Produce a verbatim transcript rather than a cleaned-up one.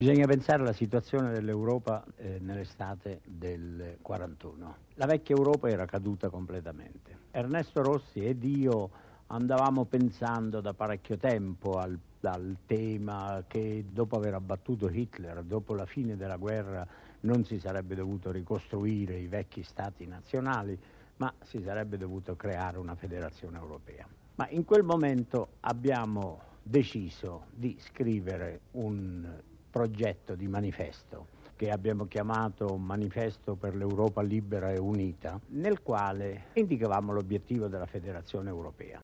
Bisogna pensare alla situazione dell'Europa eh, nell'estate del quarantuno. La vecchia Europa era caduta completamente. Ernesto Rossi ed io andavamo pensando da parecchio tempo al, al tema che dopo aver abbattuto Hitler, dopo la fine della guerra, non si sarebbe dovuto ricostruire i vecchi stati nazionali, ma si sarebbe dovuto creare una federazione europea. Ma in quel momento abbiamo deciso di scrivere un progetto di manifesto che abbiamo chiamato Manifesto per l'Europa libera e unita, nel quale indicavamo l'obiettivo della federazione europea.